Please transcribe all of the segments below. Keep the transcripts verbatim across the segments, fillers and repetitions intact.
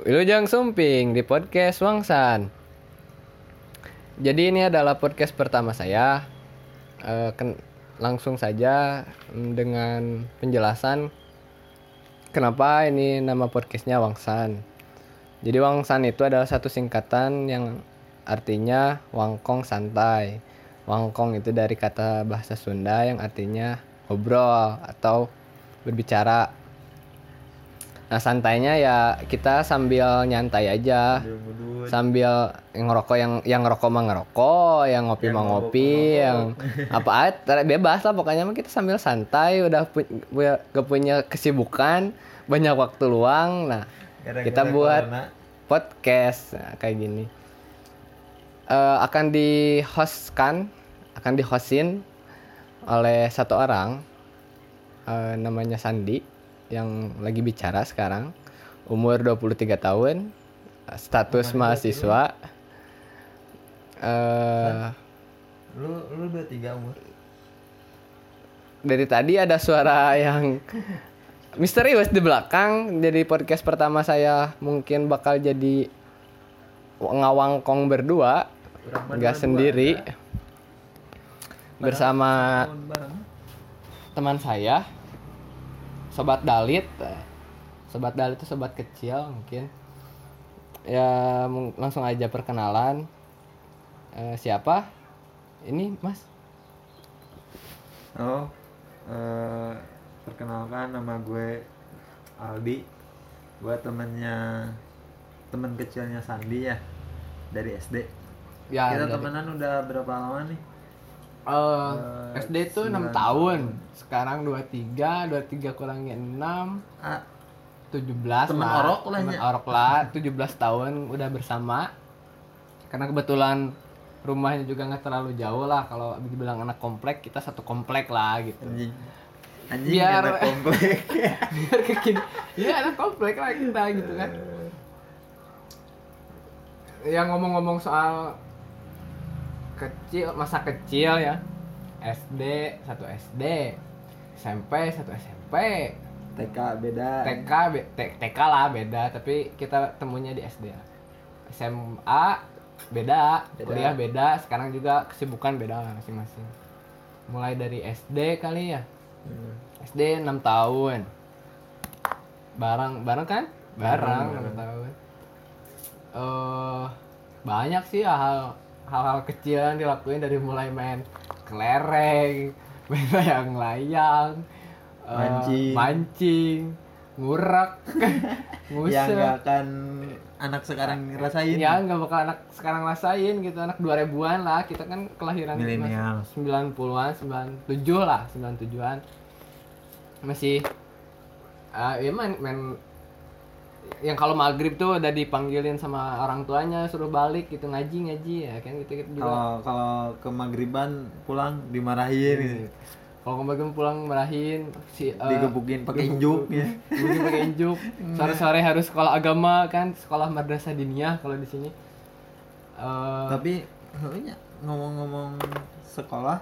Wilujeng Sumping di podcast Wangsan. Jadi ini adalah podcast pertama saya. E, ken- langsung saja dengan penjelasan kenapa ini nama podcastnya Wangsan. Jadi Wangsan itu adalah satu singkatan yang artinya wangkong santai. Wangkong itu dari kata bahasa Sunda yang artinya ngobrol atau berbicara. Nah santainya ya kita sambil nyantai aja, sambil ngerokok yang yang ngerokok mah ngerokok, yang ngopi mah ngopi, yang apa aja bebas lah pokoknya mah kita sambil santai, udah pu- gak punya kesibukan, banyak waktu luang, nah gara-gara kita buat corona. Podcast nah, kayak gini. Uh, akan di-hostkan, akan di-hostin oleh satu orang, uh, namanya Sandi. Yang lagi bicara sekarang, umur dua puluh tiga tahun, status Nama mahasiswa. Uh, lu lu dua puluh tiga umur. Dari tadi ada suara yang misterius di belakang. Jadi podcast pertama saya mungkin bakal jadi ngawangkong berdua, enggak sendiri. Ada. Bersama teman saya. Sobat Dalit, Sobat Dalit itu sobat kecil mungkin. Ya langsung aja perkenalan. E, siapa? Ini Mas? Oh, uh, perkenalkan nama gue Aldi. Gue temennya teman kecilnya Sandi ya dari S D. Ya, kita dari... temenan udah berapa lama nih? Uh, uh, S D itu enam tahun. Sekarang dua puluh tiga, dua puluh tiga kurangnya enam. Ah, tujuh belas teman lah. orok lah. Teman orok lah, tujuh belas tahun udah bersama. Karena kebetulan rumahnya juga enggak terlalu jauh lah, kalau dibilang anak komplek, kita satu komplek lah gitu. Anjing. Anjing biar, anak komplek. Biar kekini. Ya anak komplek lah kita gitu kan. Yang ngomong-ngomong soal kecil, masa kecil ya, S D, satu S D, S M P, satu S M P, T K beda, T K, be, T, TK lah beda, tapi kita temunya di S D. S M A beda, beda, kuliah beda, sekarang juga kesibukan beda lah masing-masing. Mulai dari S D kali ya, hmm. S D enam tahun, bareng, bareng kan? Bareng enam tahun. Uh, banyak sih hal hal-hal kecil yang dilakuin, dari mulai main kelereng, main layang-layang, mancing, uh, mancing, ngurak, ngusep. Yang gak akan anak sekarang ngerasain. Ya gak bakal anak sekarang rasain gitu, anak dua ribuan lah, kita kan kelahiran milenial sembilan puluhan, sembilan puluh tujuh lah, sembilan puluh tujuhan. Masih uh, ya main, main yang kalau maghrib tuh udah dipanggilin sama orang tuanya suruh balik gitu, ngaji ngaji ya kan gitu gitu juga. Kalau kalau ke maghriban pulang dimarahin hmm. gitu. Kalau ke maghrib pulang marahin, si uh, digebukin pakai injuk ya. Digebukin pakai injuk. Sore-sore harus sekolah agama kan, sekolah madrasah diniyah kalau di sini. Uh, Tapi ngomong-ngomong sekolah,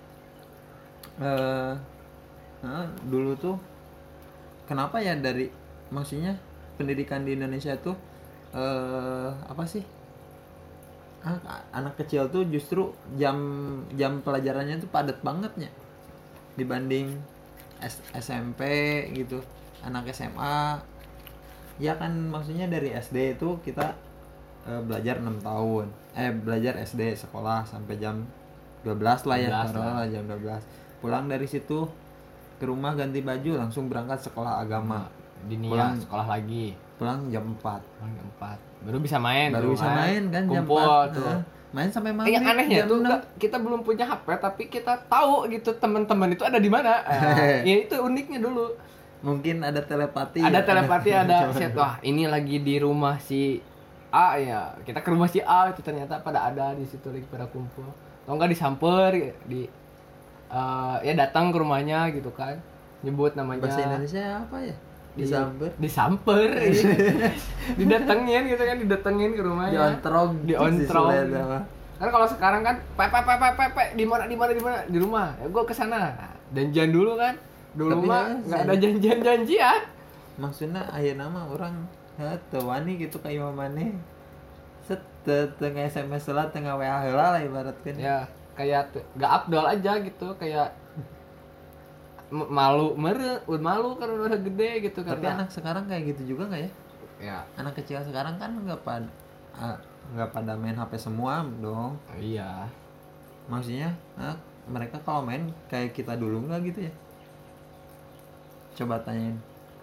uh, nah, dulu tuh kenapa ya dari maksudnya pendidikan di Indonesia tuh uh, apa sih? Ah, anak kecil tuh justru jam jam pelajarannya tuh padat bangetnya dibanding S- SMP gitu, anak S M A. Ya kan maksudnya dari S D itu kita uh, belajar enam tahun. Eh belajar S D sekolah sampai jam dua belas lah ya, taruhlah jam dua belas. Pulang dari situ ke rumah ganti baju langsung berangkat sekolah agama. Diniyah sekolah lagi. Pulang jam empat. Pulang jam empat. Baru bisa main. Baru bisa main, main kan jam empat tuh. Nah, main sampai maghrib. Yang anehnya tuh enam. Kita belum punya H P tapi kita tahu gitu teman-teman itu ada di mana. Nah, ya itu uniknya dulu. Mungkin ada telepati. Ada ya? telepati ada set. Wah, ini lagi di rumah si A ya. Kita ke rumah si A itu ternyata pada ada di situ lagi pada kumpul. Atau enggak disamper di uh, ya datang ke rumahnya gitu kan. Nyebut namanya. Bahasa Indonesia apa ya? Disamper, disamper, didatengin gitu kan, didatengin ke rumahnya, diontrong, diontrong. Kan kalau sekarang kan, pe pe pe pe pe pe di mana di mana di mana di rumah, ya gue kesana, janjian dulu kan, dulu mah nggak ada janjian janjian. Maksudnya ayeuna mah orang Heuh wani gitu ka imam maneh. Set teu tengah S M S heula tengah W A heula lah ibaratkeun. Ya kayak te- gak afdol aja gitu, kayak m- malu mere malu kan udah gede gitu. Tapi karena anak sekarang kayak gitu juga nggak ya? ya Anak kecil sekarang kan nggak pada nggak pada main H P semua dong. iya Maksudnya ah, mereka kalau main kayak kita dulu nggak gitu ya? Coba tanyain.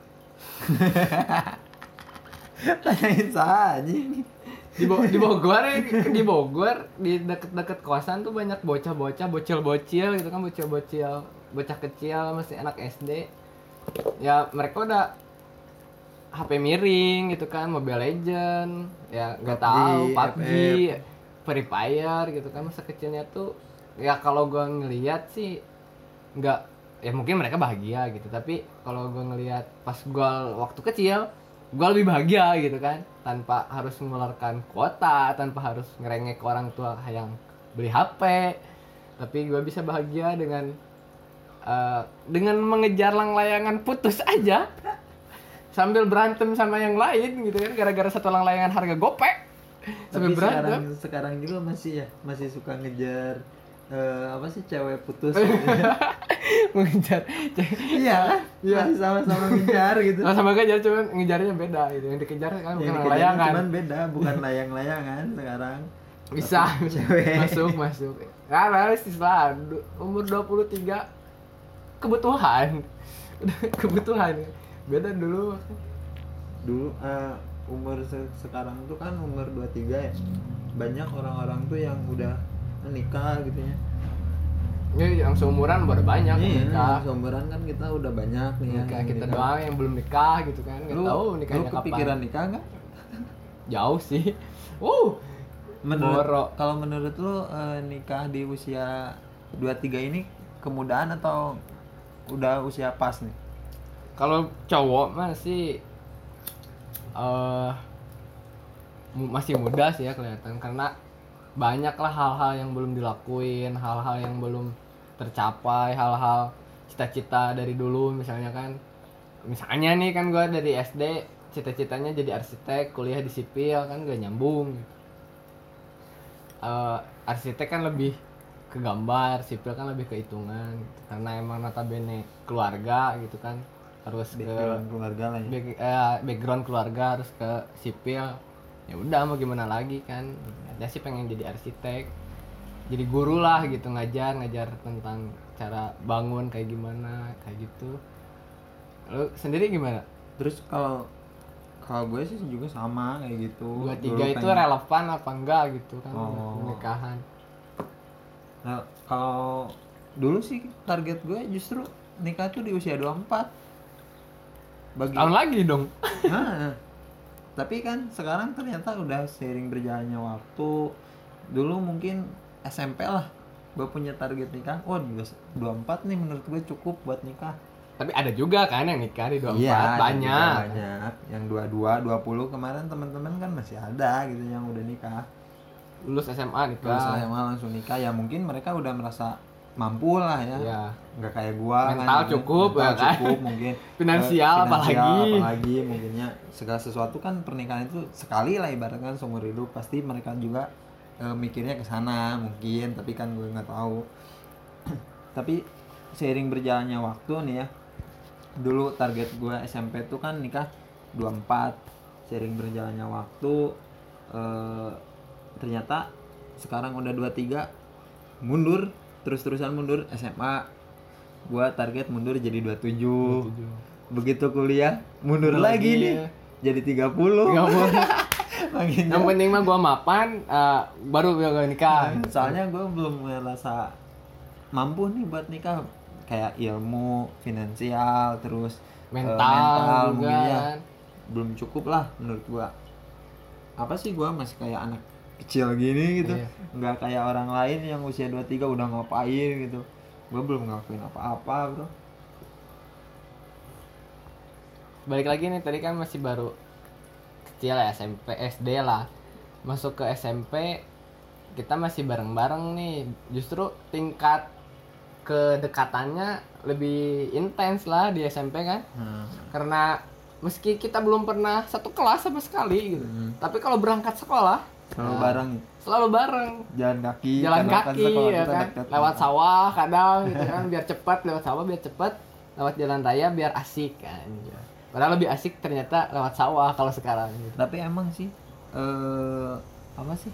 Tanyain saja. di, Bo- di Bogor ya, di Bogor di deket-deket kosan tuh banyak bocah-bocah bocil-bocil gitu kan, bocil-bocil bocah kecil masih anak S D ya, mereka udah H P miring gitu kan, Mobile Legend ya nggak tahu, P U B G, Free Fire gitu kan. Masa kecilnya tuh ya kalau gua ngelihat sih nggak, ya mungkin mereka bahagia gitu, tapi kalau gua ngelihat pas gua waktu kecil gua lebih bahagia gitu kan, tanpa harus mengeluarkan kuota, tanpa harus ngerengek ke orang tua yang beli H P, tapi gua bisa bahagia dengan eh, dengan mengejar lang-layangan putus aja sambil berantem sama yang lain gitu kan, gara-gara satu lang-layangan harga gopek sambil Tapi sekarang berantem. sekarang juga masih ya masih suka ngejar eh, apa sih cewek putus. Mengejar Iya kan? Iya. Masih sama-sama ngejar gitu. nah, sama aja cuman ngejarnya beda gitu, yang dikejar kan Yang bukan dikejar layangan. cuman beda, bukan layang-layangan sekarang. Bisa, Tapi bisa. cewek. masuk masuk nah realistis lah, Du- umur dua puluh tiga kebutuhan kebutuhan beda dulu. Dulu eh, umur se- sekarang tuh kan umur dua puluh tiga ya. Banyak orang-orang tuh yang udah menikah gitu ya. Ini yang seumuran udah banyak Iya, nikah. seumuran kan kita udah banyak nih ya. Nikah yang kita nikah. doang yang belum nikah gitu kan, nggak Lu, tahu lu nikahnya kepikiran kapan. nikah nggak? Jauh sih. Wow. Menurut Boro. kalau menurut lu eh, nikah di usia dua puluh tiga ini kemudahan atau udah usia pas nih? Kalau cowok masih eh mu- masih muda sih ya kelihatan, karena banyaklah hal-hal yang belum dilakuin, hal-hal yang belum tercapai, hal-hal cita-cita dari dulu misalnya kan. Misalnya nih kan gue dari S D cita-citanya jadi arsitek, kuliah di sipil kan gak nyambung. Eh, arsitek kan lebih ke gambar, sipil kan lebih ke hitungan gitu. Karena emang notabene keluarga gitu kan, harus ke Background keluarga lah ya. back- eh, background keluarga harus ke sipil. Ya udah mau gimana lagi kan, dia sih pengen jadi arsitek, jadi guru lah gitu, ngajar ngajar tentang cara bangun kayak gimana kayak gitu. Lu sendiri gimana? Terus kalau kalau gue sih juga sama kayak gitu. Dua Dulu tiga itu pengen- relevan apa enggak gitu kan, Oh. pernikahan. Nah, kalau dulu sih target gue justru nikah tuh di usia dua puluh empat. Bagi Tahun lagi dong. Nah, tapi kan sekarang ternyata udah seiring berjalannya waktu. Dulu mungkin S M P lah gue punya target nikah. Oh, dua puluh empat nih menurut gue cukup buat nikah. Tapi ada juga kan yang nikah di dua puluh empat, Iya, ada juga banyak. banyak. Yang dua puluh dua, dua puluh kemarin teman-teman kan masih ada gitu yang udah nikah. Lulus S M A nikah. Lulus S M A langsung nikah, ya mungkin mereka udah merasa mampu lah ya. Iya. Nggak kayak gua Mental kan, gitu. cukup, Mental ya kan? cukup mungkin. Finansial Eh, apalagi. apalagi mungkinnya segala sesuatu kan pernikahan itu sekali lah ibaratkan seumur hidup, pasti mereka juga eh, mikirnya ke sana mungkin, tapi kan gue nggak tahu. Tapi seiring berjalannya waktu nih ya, dulu target gue S M P tuh kan nikah dua puluh empat. Seiring berjalannya waktu eh, ternyata sekarang udah dua puluh tiga, mundur terus-terusan mundur. S M A gua target mundur jadi dua puluh tujuh. Begitu kuliah mundur Mundur lagi lagi, nih ya. jadi tiga puluh. Nggak boleh. Makin Yang penting mah gua mapan, eh, baru gua nikah. jauh. Soalnya gua belum ngerasa mampu nih buat nikah, kayak ilmu, finansial, terus eh, Mental, mental juga mungkin ya kan. belum cukup lah menurut gua. Apa sih, gua masih kayak anak kecil gini gitu. Iya. Nggak kayak orang lain yang usia dua puluh tiga udah ngapain gitu. Gua belum ngelakuin apa-apa, Bro. Balik lagi nih, tadi kan masih baru kecil ya, S M P, S D lah. Masuk ke S M P kita masih bareng-bareng nih. Justru tingkat kedekatannya lebih intens lah di S M P kan. Hmm. Karena meski kita belum pernah satu kelas sama sekali gitu. Hmm. Tapi kalau berangkat sekolah Selalu nah, bareng. Selalu bareng. Jalan kaki. Jalan karena kan kaki sekolah ya kita kan. dekat. Lewat sawah kadang gitu kan biar cepat, lewat sawah biar cepat, lewat jalan raya biar asik kan. Padahal lebih asik ternyata lewat sawah kalau sekarang gitu. Tapi emang sih eh apa sih?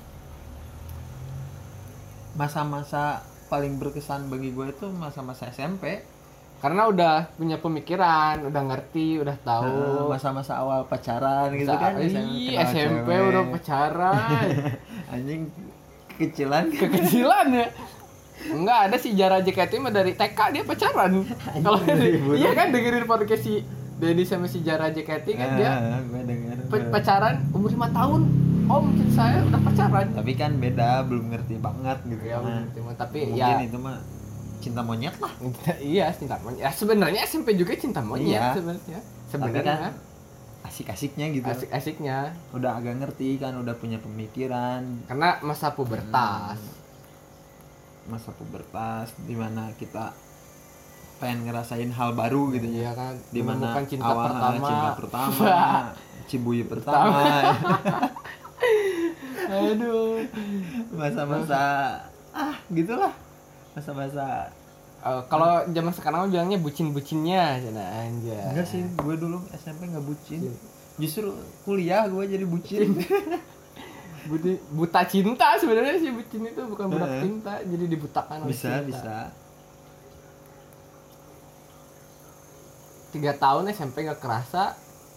Masa-masa paling berkesan bagi gue itu masa-masa S M P. Karena udah punya pemikiran, udah ngerti, udah tahu. Nah, masa-masa awal pacaran gitu Sa- kan. Ih, S M P cewek. udah pacaran. Anjing kekecilan. Kekecilan ya. Enggak ada si Jara J K T mah dari T K dia pacaran. Kalau iya kan dengerin podcast si Dedi sama si Jara J K T kan dia Ah, gue denger. pa- pacaran umur lima tahun. Om mungkin saya udah pacaran. Tapi kan beda, belum ngerti banget gitu. Ya, Nah, cuma tapi mungkin ya itu mah cinta monyet lah. iya cinta monyet. Ya sebenarnya S M P juga cinta monyet Iya. sebenarnya. Tapi Sebenarnya kan asik-asiknya gitu. asik-asiknya Udah agak ngerti kan, udah punya pemikiran. karena masa pubertas. Masa pubertas dimana kita pengen ngerasain hal baru gitu ya. Iya kan. Dimana Menemukan cinta awal pertama. cinta pertama, cibuyi pertama. Aduh. Masa-masa ah gitulah. Masa-masa Eh, kalau zaman sekarang mah bilangnya bucin-bucinnya cina anjay. enggak sih, gue dulu S M P nggak bucin. Justru kuliah gue jadi bucin. Budi, buta cinta sebenarnya sih bucin itu bukan budak Heeh. cinta, jadi dibutakan oleh Bisa, cinta. bisa. Tiga tahun S M P nggak kerasa,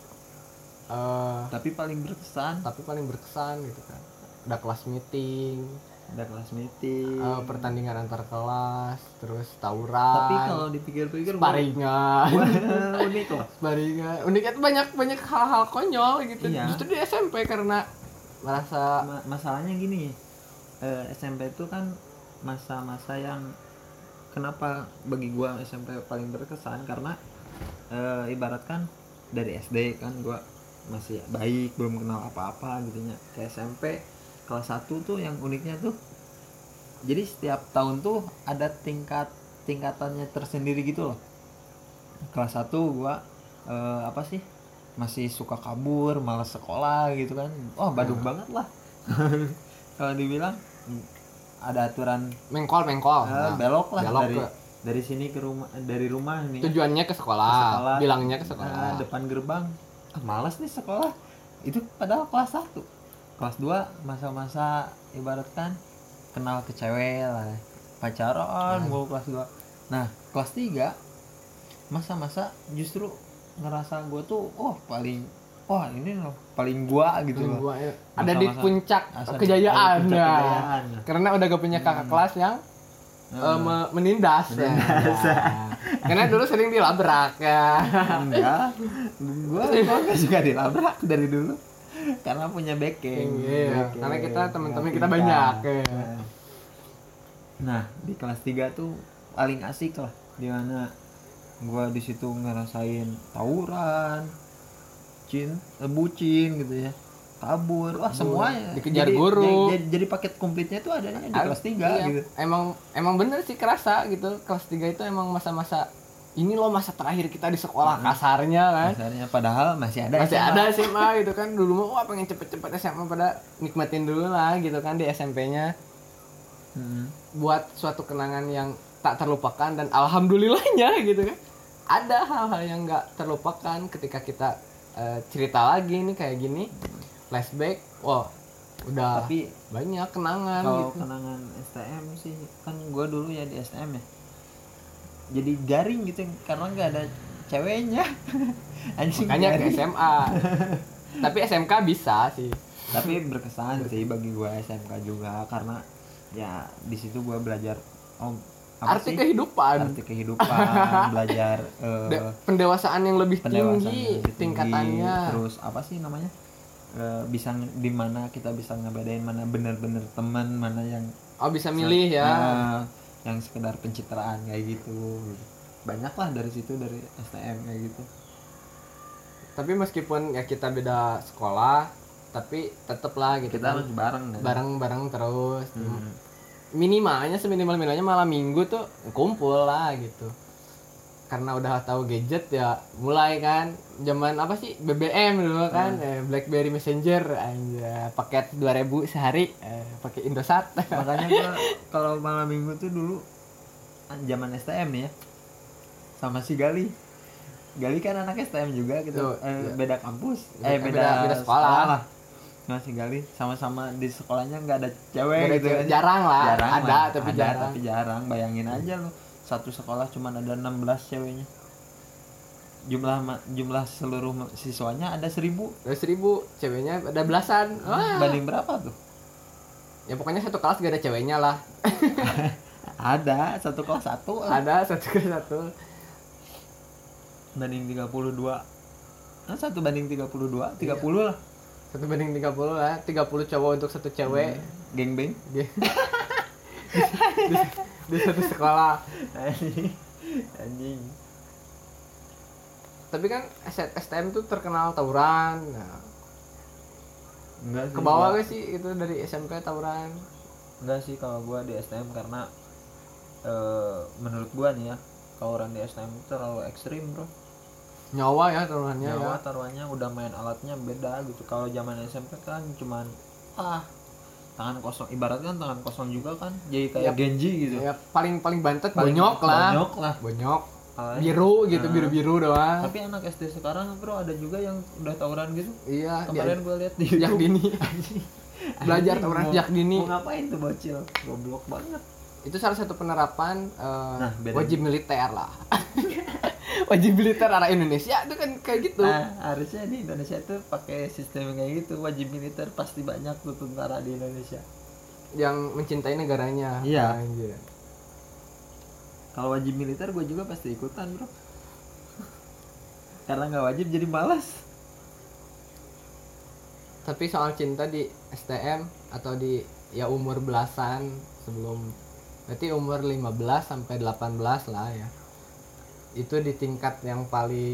eh Tapi paling berkesan tapi paling berkesan gitu kan. Udah kelas meeting, ada kelas meeting. eh, pertandingan antar kelas, terus tawuran. Tapi kalau dipikir-pikir gua- sparingan, Wah, unik loh. sparingan. Uniknya tuh banyak banyak hal-hal konyol gitu. Iya. Justru di S M P karena merasa Ma- masalahnya gini, eh, S M P itu kan masa-masa yang kenapa bagi gua S M P paling berkesan karena eh, ibaratkan dari S D kan gua masih baik, belum kenal apa-apa gitu nya. Ke S M P kelas satu tuh yang uniknya tuh jadi setiap tahun tuh ada tingkat tingkatannya tersendiri gitu loh. Kelas satu gua eh, apa sih? Masih suka kabur, malas sekolah gitu kan. Oh, badung Hmm. banget lah. Kalau dibilang ada aturan mengkol mengkol. eh, Nah, belok lah belok dari ke- dari sini ke rumah dari rumah nih. tujuannya ke sekolah, Ke sekolah. bilangnya ke Eh, sekolah. depan gerbang. Ah, malas nih sekolah. Itu padahal kelas satu. Kelas dua masa-masa ibaratkan kenal ke cewek lah. Pacaran Hmm. mulu kelas dua. Nah, kelas tiga masa-masa justru ngerasa gue tuh oh paling wah ini loh paling gua gitu Paling loh. gua, ya. Ada di Masa-masa- puncak Asal- kejayaan, ada di puncak ya. kejayaan. Karena udah gak punya kakak Hmm. kelas yang Hmm. eh, me- menindas, ya. Menindas. Karena dulu sering dilabrak ya. Enggak, gua gua nggak suka dilabrak dari dulu karena punya backing. Iya, Backing. karena kita teman-teman kita Tingkat. banyak, ya. Nah, di kelas tiga tuh paling asik lah, dimana gua di situ ngerasain tawuran, cin, eh, bucin gitu ya, kabur, wah semuanya. Dikejar Jadi- guru. Jadi, jadi paket komplitnya tuh adanya di kelas tiga Iya, gitu. Emang emang bener sih kerasa gitu. Kelas tiga itu emang masa-masa ini loh masa terakhir kita di sekolah kasarnya kan. Kasarnya padahal masih ada. Masih S M A. ada S M A gitu kan. Dulu mah wah pengen cepet-cepet S M A pada nikmatin dulu lah gitu kan di S M P-nya. Hmm. Buat suatu kenangan yang tak terlupakan dan alhamdulillahnya gitu kan. Ada hal-hal yang nggak terlupakan ketika kita eh, cerita lagi nih kayak gini. Flashback, wah udah Tapi banyak kenangan kalau gitu. kenangan S T M sih kan gue dulu ya di S T M ya jadi garing gitu karena nggak ada ceweknya. Anjing Makanya ke garing. S M A. Tapi S M K bisa sih. Tapi berkesan sih bagi gue S M K juga karena ya di situ gue belajar oh, apa Arti sih? kehidupan. arti kehidupan belajar eh, De- pendewasaan yang lebih pendewasaan tinggi yang lebih tinggi. tingkatannya. Terus apa sih namanya Eh, bisa di mana kita bisa ngebedain mana bener-bener teman mana yang Oh bisa milih ya. Nah, yang sekedar pencitraan kayak gitu. Banyak lah dari situ dari S T M kayak gitu. Tapi meskipun ya kita beda sekolah, tapi tetep lah gitu. Kita kan. masih bareng kan. bareng-bareng terus. Hmm. Minimalnya seminimal minimalnya malam minggu tuh kumpul lah gitu. karena udah tahu gadget ya mulai kan zaman apa sih B B M dulu kan hmm. eh, BlackBerry Messenger aja paket dua ribu sehari eh, pakai Indosat. Makanya gua kalau malam minggu tuh dulu zaman S T M ya sama si Gali. Gali kan anak S T M juga gitu. Tuh, eh, iya. Beda kampus, eh beda, beda, beda sekolah. sekolah. Nah, si Gali sama-sama di sekolahnya nggak ada cewek gak gitu kan. Jarang lah. Jarang ada lah. tapi ada, jarang. Tapi jarang. Bayangin aja lu. Satu sekolah cuma ada enam belas ceweknya. Jumlah jumlah seluruh siswanya ada seribu. Ada seribu, ceweknya ada belasan. Wah. Banding berapa tuh? Ya pokoknya satu kelas gak ada ceweknya lah. Ada, satu kelas satu lah. Ada, satu kelas satu. Banding tiga puluh dua. Nah, satu banding tiga puluh dua, tiga puluh iya. lah. Satu banding tiga puluh lah, tiga puluh cowok untuk satu cewek. Hmm. Gengbeng. di, di, di satu sekolah. Anjing. Anjing. Tapi kan S T M tuh terkenal tawuran. Nah. Enggak sih. Ke bawah gak sih itu dari S M P tawuran? Enggak sih kalau gua di S T M karena e, menurut gua nih ya, tawuran di S T M itu terlalu ekstrim, Bro. Nyawa ya taruhannya ya. Nyawa taruhannya udah main alatnya beda gitu. Kalau zaman S M P kan cuman ah tangan kosong, ibaratnya tangan kosong juga kan. Jadi kayak ya, Genji gitu. Ya paling paling bantet paling bonyok lah. Bonyok lah. Bonyok. Ah, biru gitu, nah, biru-biru doang. Tapi anak S D sekarang, Bro, ada juga yang udah tawuran gitu. Iya, kemarin gua lihat di YouTube. Jak dini. Belajar tawuran jak dini. Mau ngapain tuh bocil? Goblok banget. Itu salah satu penerapan uh, nah, wajib militer lah. Wajib militer arah Indonesia itu kan kayak gitu. Nah, harusnya di Indonesia itu pakai sistem kayak gitu, wajib militer, pasti banyak tuh tentara di Indonesia yang mencintai negaranya. Iya. Kalau wajib militer gue juga pasti ikutan, Bro. Karena nggak wajib jadi malas. Tapi soal cinta di S T M atau di ya umur belasan sebelum, berarti umur lima belas sampai delapan belas lah ya. Itu di tingkat yang paling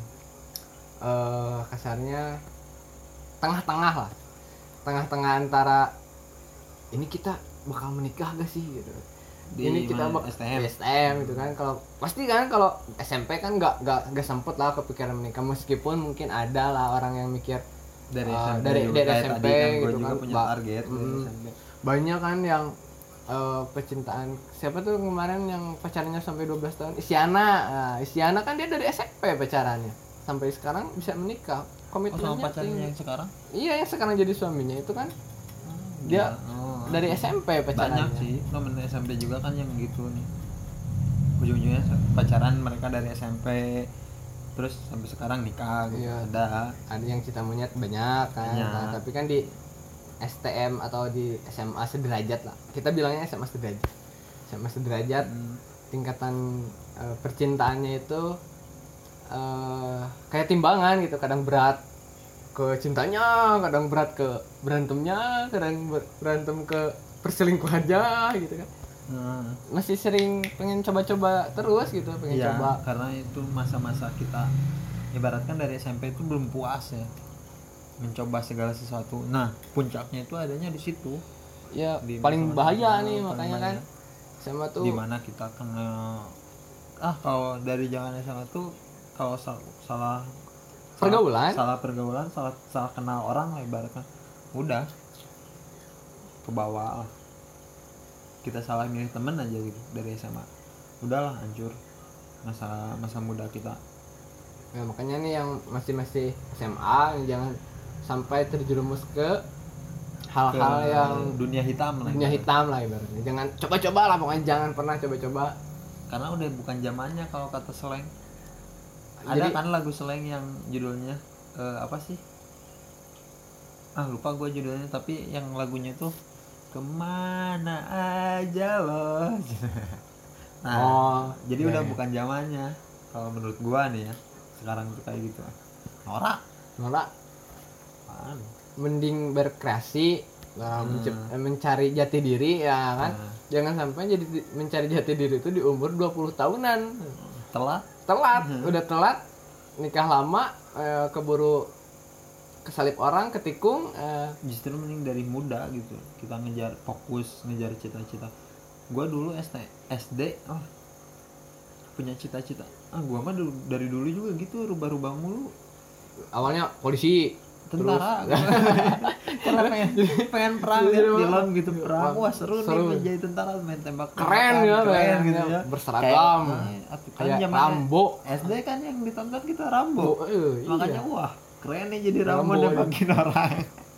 uh, kasarnya tengah-tengah lah, tengah-tengah antara ini kita bakal menikah gak sih gitu, di ini kita bakal S T M. S T M gitu kan. Kalau pasti kan kalau S M P kan nggak nggak nggak sempet lah kepikiran menikah, meskipun mungkin ada lah orang yang mikir dari uh, S M P dari, dari S M P kan gitu kan, punya target mm, dari S M P. Banyak kan yang Uh, pecintaan, siapa tuh kemarin yang pacarannya sampai dua belas tahun, Isyana. Nah, Isyana kan dia dari S M P pacarannya sampai sekarang bisa menikah. Komitmennya oh, sama pacarnya yang sekarang? Iya, yang sekarang jadi suaminya itu kan hmm, dia oh, dari S M P pacarannya. Banyak sih temen S M P juga kan yang gitu nih, ujung-ujungnya pacaran mereka dari S M P terus sampai sekarang nikah gitu. Iya, ada ada yang cinta monyet banyak kan. Banyak. Nah, tapi kan di S T M atau di S M A sederajat lah, kita bilangnya S M A sederajat. S M A sederajat hmm. tingkatan uh, percintaannya itu uh, kayak timbangan gitu, kadang berat ke cintanya, kadang berat ke berantemnya, kadang berantem ke perselingkuhannya gitu kan. Hmm. Masih sering pengen coba-coba terus gitu, pengen ya, coba. Karena itu masa-masa kita ibaratkan dari S M P itu belum puas ya, mencoba segala sesuatu. Nah, puncaknya itu adanya di situ. Ya, di paling bahaya nih makanya kan. Sama tuh di mana kita kena ah kalau dari jangan S M A tuh kalau sal- salah pergaulan, salah, salah pergaulan, salah salah kenal orang lah ibaratnya. Udah ke bawah lah. Kita salah milih temen aja gitu dari S M A. Udahlah hancur masa masa muda kita. Nah, makanya nih yang masih-masih S M A jangan sampai terjerumus ke hal-hal ke yang dunia hitam lah. Dunia ibarat. hitam lah ibaratnya. Jangan coba-coba lah, pokoknya jangan pernah coba-coba. Karena udah bukan zamannya kalau kata slang. Jadi, ada kan lagu slang yang judulnya uh, apa sih? Ah lupa gue judulnya, tapi yang lagunya tuh kemana aja loh. Nah, oh, jadi ya, udah ya. bukan zamannya. Kalau menurut gua nih ya, sekarang tuh kayak gitu. Norak, norak. Mending berkreasi, hmm. mencari jati diri ya kan. Hmm. Jangan sampai jadi mencari jati diri itu di umur dua puluh tahunan. Telat. Telat, hmm. udah telat. Nikah lama, eh, keburu kesalip orang, ketikung. Eh. Justru mending dari muda gitu. Kita ngejar fokus, ngejar cita-cita. Gua dulu S D, oh. punya cita-cita. Ah gua mah dulu, dari dulu juga gitu rubah-rubah mulu. Awalnya polisi, Tentara. Karena pengen pengen perang ya, film gitu perang. Wah seru, Seru. nih menjadi tentara, main tembak keren ya, keren gitu ya. berseragam Kayak, kan kayak zamannya Rambo. S D kan yang ditonton kita Rambo. Oh, eh, iya. Makanya wah keren nih jadi Rambo, Rambo, nembakin orang.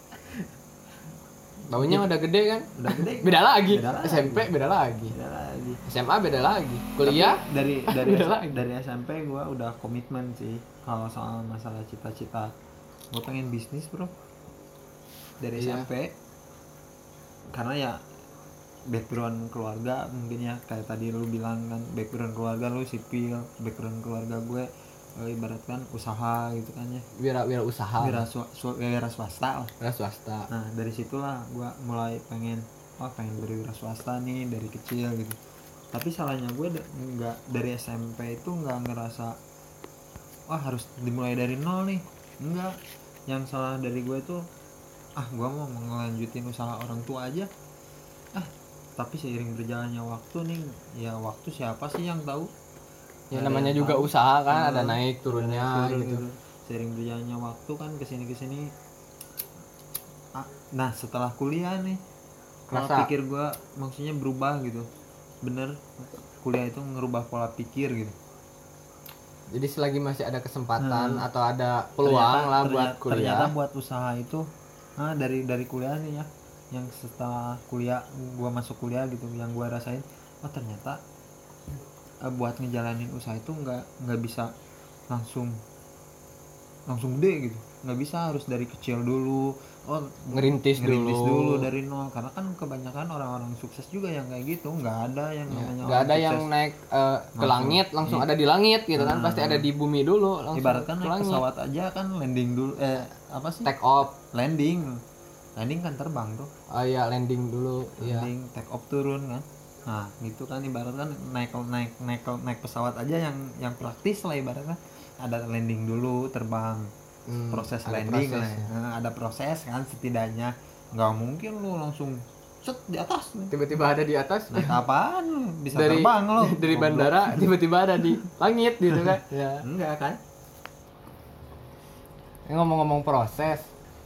Baunya udah gede kan? Udah gede. Beda lagi. Beda lagi. S M P beda lagi. Beda lagi. S M A beda lagi. Kuliah Tapi dari dari Beda lagi. dari S M P gua udah komitmen sih kalau soal masalah cita-cita. Gua pengen bisnis, Bro. Dari Iya. S M P. Karena ya background keluarga mungkin ya kayak tadi lu bilang kan, background keluarga lu sipil, background keluarga gue eh, ibaratkan usaha gitu kan ya. wira wira usaha. Wira, swa- swa- wira swasta lah. Wira swasta. Nah dari situlah gue mulai pengen, oh pengen berwira swasta nih dari kecil gitu. Tapi salahnya gue da- nggak dari S M P itu nggak ngerasa wah harus dimulai dari nol nih, enggak. Yang salah dari gue tuh ah gue mau ngelanjutin usaha orang tua aja. Ah tapi seiring berjalannya waktu nih, ya waktu siapa sih yang tahu? Ya Ada namanya yang juga tahu. usaha kan, Hmm, ada naik turunnya turun gitu. Seiring berjalannya waktu kan kesini kesini. Ah, nah setelah kuliah nih, pola Kerasa. pikir gue maksudnya berubah gitu. Bener, kuliah itu ngerubah pola pikir gitu. Jadi selagi masih ada kesempatan Hmm. atau ada peluang Ternyata- lah ternyata- buat kuliah. Ternyata buat usaha itu, nah dari dari kuliah nih ya, yang setelah kuliah gue masuk kuliah gitu, yang gue rasain, oh ternyata eh, buat ngejalanin usaha itu nggak nggak bisa langsung langsung gede gitu, nggak bisa, harus dari kecil dulu. Oh Ngerintis ngerintis dulu. dulu dari nol, karena kan kebanyakan orang-orang sukses juga yang kayak gitu, nggak ada yang Ya, namanya nggak orang ada yang sukses. naik eh, ke Langsung. langit langsung Iya. ada di langit gitu kan, Nah. pasti ada di bumi dulu langsung Ibaratkan ke naik langit. pesawat aja kan landing dulu, eh apa sih? Take off. Landing, landing kan terbang tuh. Oh iya, landing dulu. Iya. Landing, take off, turun kan. Nah gitu kan, ibaratkan naik naik naik naik pesawat aja yang yang praktis lah, ibaratnya ada landing dulu, terbang. Hmm, Proses ada landing proses, lah, ya. Nah, ada proses kan setidaknya. Nggak mungkin lu langsung set di atas nih. Tiba-tiba ada di atas Naik apaan lu? Bisa dari terbang lo dari bandara tiba-tiba ada di langit gitu kan. Ya. Enggak kan. Ini ngomong-ngomong proses.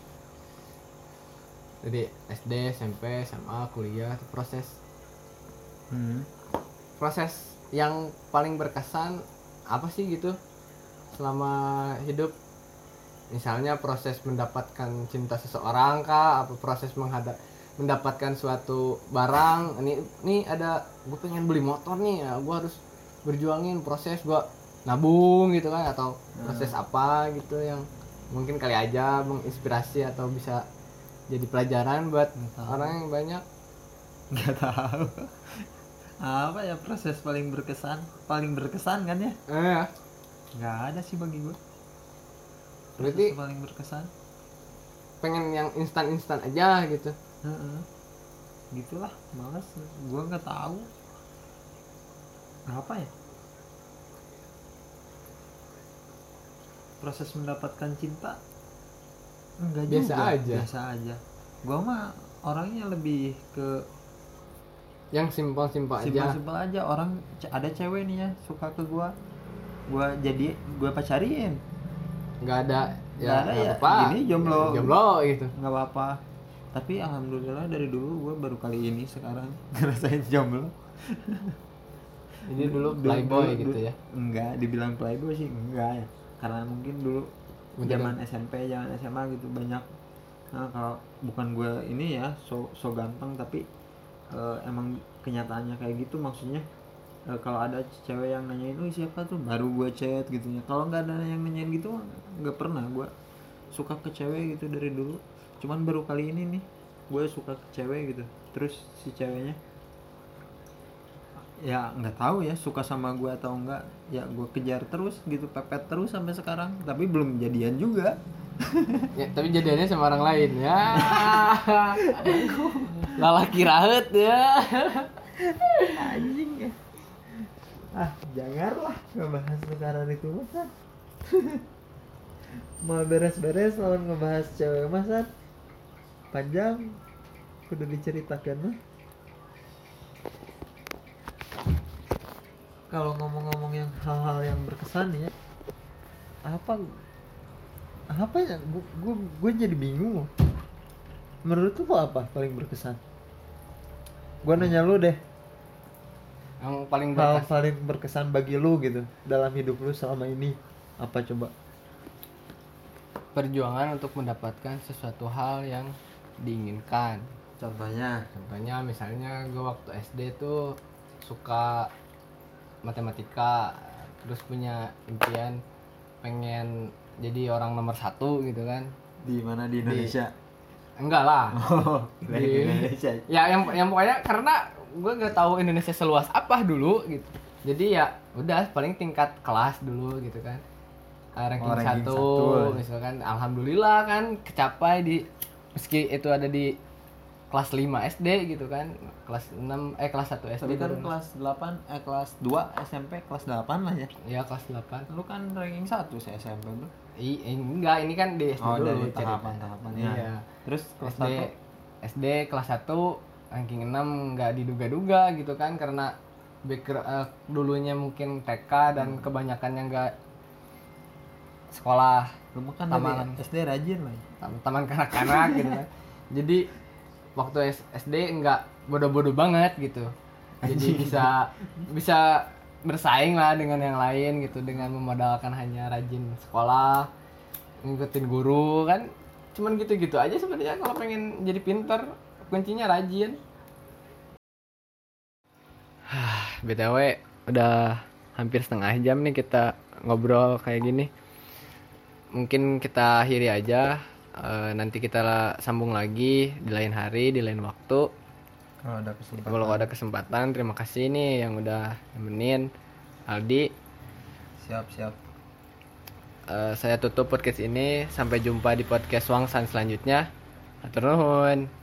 Jadi S D, S M P, S M A, kuliah itu proses Hmm. proses yang paling berkesan apa sih gitu selama hidup? Misalnya proses mendapatkan cinta seseorang kah, apa proses menghadap mendapatkan suatu barang. Ini ini ada, gue pengen beli motor nih ya, gue harus berjuangin proses gue nabung gitu kan, atau proses apa gitu yang mungkin kali aja menginspirasi atau bisa jadi pelajaran buat Nggak tahu. orang yang banyak. Nggak tahu. Apa ya proses paling berkesan? Paling berkesan kan ya? Eh, Nggak ada sih bagi gue. berarti Proses paling berkesan. pengen yang instan-instan aja gitu. Heeh. Gitulah, males. Gue nggak tahu. Apa ya? Proses mendapatkan cinta enggak Biasa juga. aja. Biasa aja. Gue mah orangnya lebih ke Yang simpel-simpel aja. simpel-simpel aja. Orang ce- ada cewek nih ya suka ke gue, gue jadi gue pacarin. Nggak ada Nggak ya, ada nggak ya, apa-apa. gini jomblo. Jomblo gitu. Nggak apa-apa. Tapi alhamdulillah dari dulu gue baru kali ini sekarang ngerasain jomblo. Jadi dulu Dulu- playboy dulu- gitu dulu- ya. Enggak, dibilang playboy sih enggak ya. Karena mungkin dulu Bener. zaman S M P, zaman S M A gitu banyak. Nah, kalau bukan gue ini ya so so ganteng, tapi eh, emang kenyataannya kayak gitu. Maksudnya eh, kalau ada cewek yang nanyain, "Oh, siapa tuh?" baru gue chat gitu ya. Kalau nggak ada yang nanyain gitu nggak pernah gue suka ke cewek gitu dari dulu. Cuman baru kali ini nih gue suka ke cewek gitu. Terus si ceweknya ya nggak tahu ya suka sama gue atau enggak, ya gue kejar terus gitu, pepet terus sampai sekarang, tapi belum jadian juga. Ya, tapi jadiannya sama orang lain ya. Lalaki rahet ya. Anjing ya. Ah jangan lah ngebahas perkara itu masa. Mau beres-beres lawan ngebahas cewek masa panjang kudu diceritakan mah. kalau ngomong-ngomong yang hal-hal yang berkesan ya, apa apa ya, gue gue gue jadi bingung. Menurut lu apa paling berkesan? Gue nanya lu deh, Yang paling hal berkesan paling berkesan bagi lu gitu dalam hidup lu selama ini apa coba? perjuangan untuk mendapatkan sesuatu hal yang diinginkan. Contohnya? Contohnya misalnya gue waktu S D tuh suka matematika, terus punya impian pengen jadi orang nomor satu gitu kan. Di mana di Indonesia? Enggak lah. Oh, Di di Indonesia. Ya yang yang pokoknya karena gue nggak tahu Indonesia seluas apa dulu gitu. Jadi ya udah paling tingkat kelas dulu gitu kan. Uh, ranking, Oh, ranking satu, satu. misalkan alhamdulillah kan kecapai di meski itu ada di kelas lima S D gitu kan. Kelas enam eh kelas satu S D. Tapi kan baru kelas delapan eh kelas dua S M P kelas delapan lah ya. ya kelas delapan. Lu kan ranking satu se S M P lu. I, eh, enggak, ini kan di S D Oh, dulu dari cerita. tahapan-tahapannya. Iya. Terus kelas S D satu S D kelas satu ranking enam nggak diduga-duga gitu kan karena background eh, dulunya mungkin T K dan kebanyakannya nggak sekolah lu mah kan Taman. dari S D rajin lah. Ya. tam- taman kanak-kanak gitu kan. Jadi waktu S- SD nggak bodoh-bodoh banget gitu. Jadi bisa bisa bersaing lah dengan yang lain gitu dengan memodalkan hanya rajin sekolah, ngikutin guru kan. Cuman gitu-gitu aja sebenarnya kalau pengen jadi pinter kuncinya rajin. B T W udah hampir setengah jam nih kita ngobrol kayak gini. Mungkin kita akhiri aja. E, nanti kita sambung lagi di lain hari, di lain waktu. Kalau ada kesempatan. Kalau ada kesempatan, terima kasih nih yang udah nemenin. Aldi. Siap, siap. E, saya tutup podcast ini. Sampai jumpa di podcast Wangsan selanjutnya. Hatur nuhun.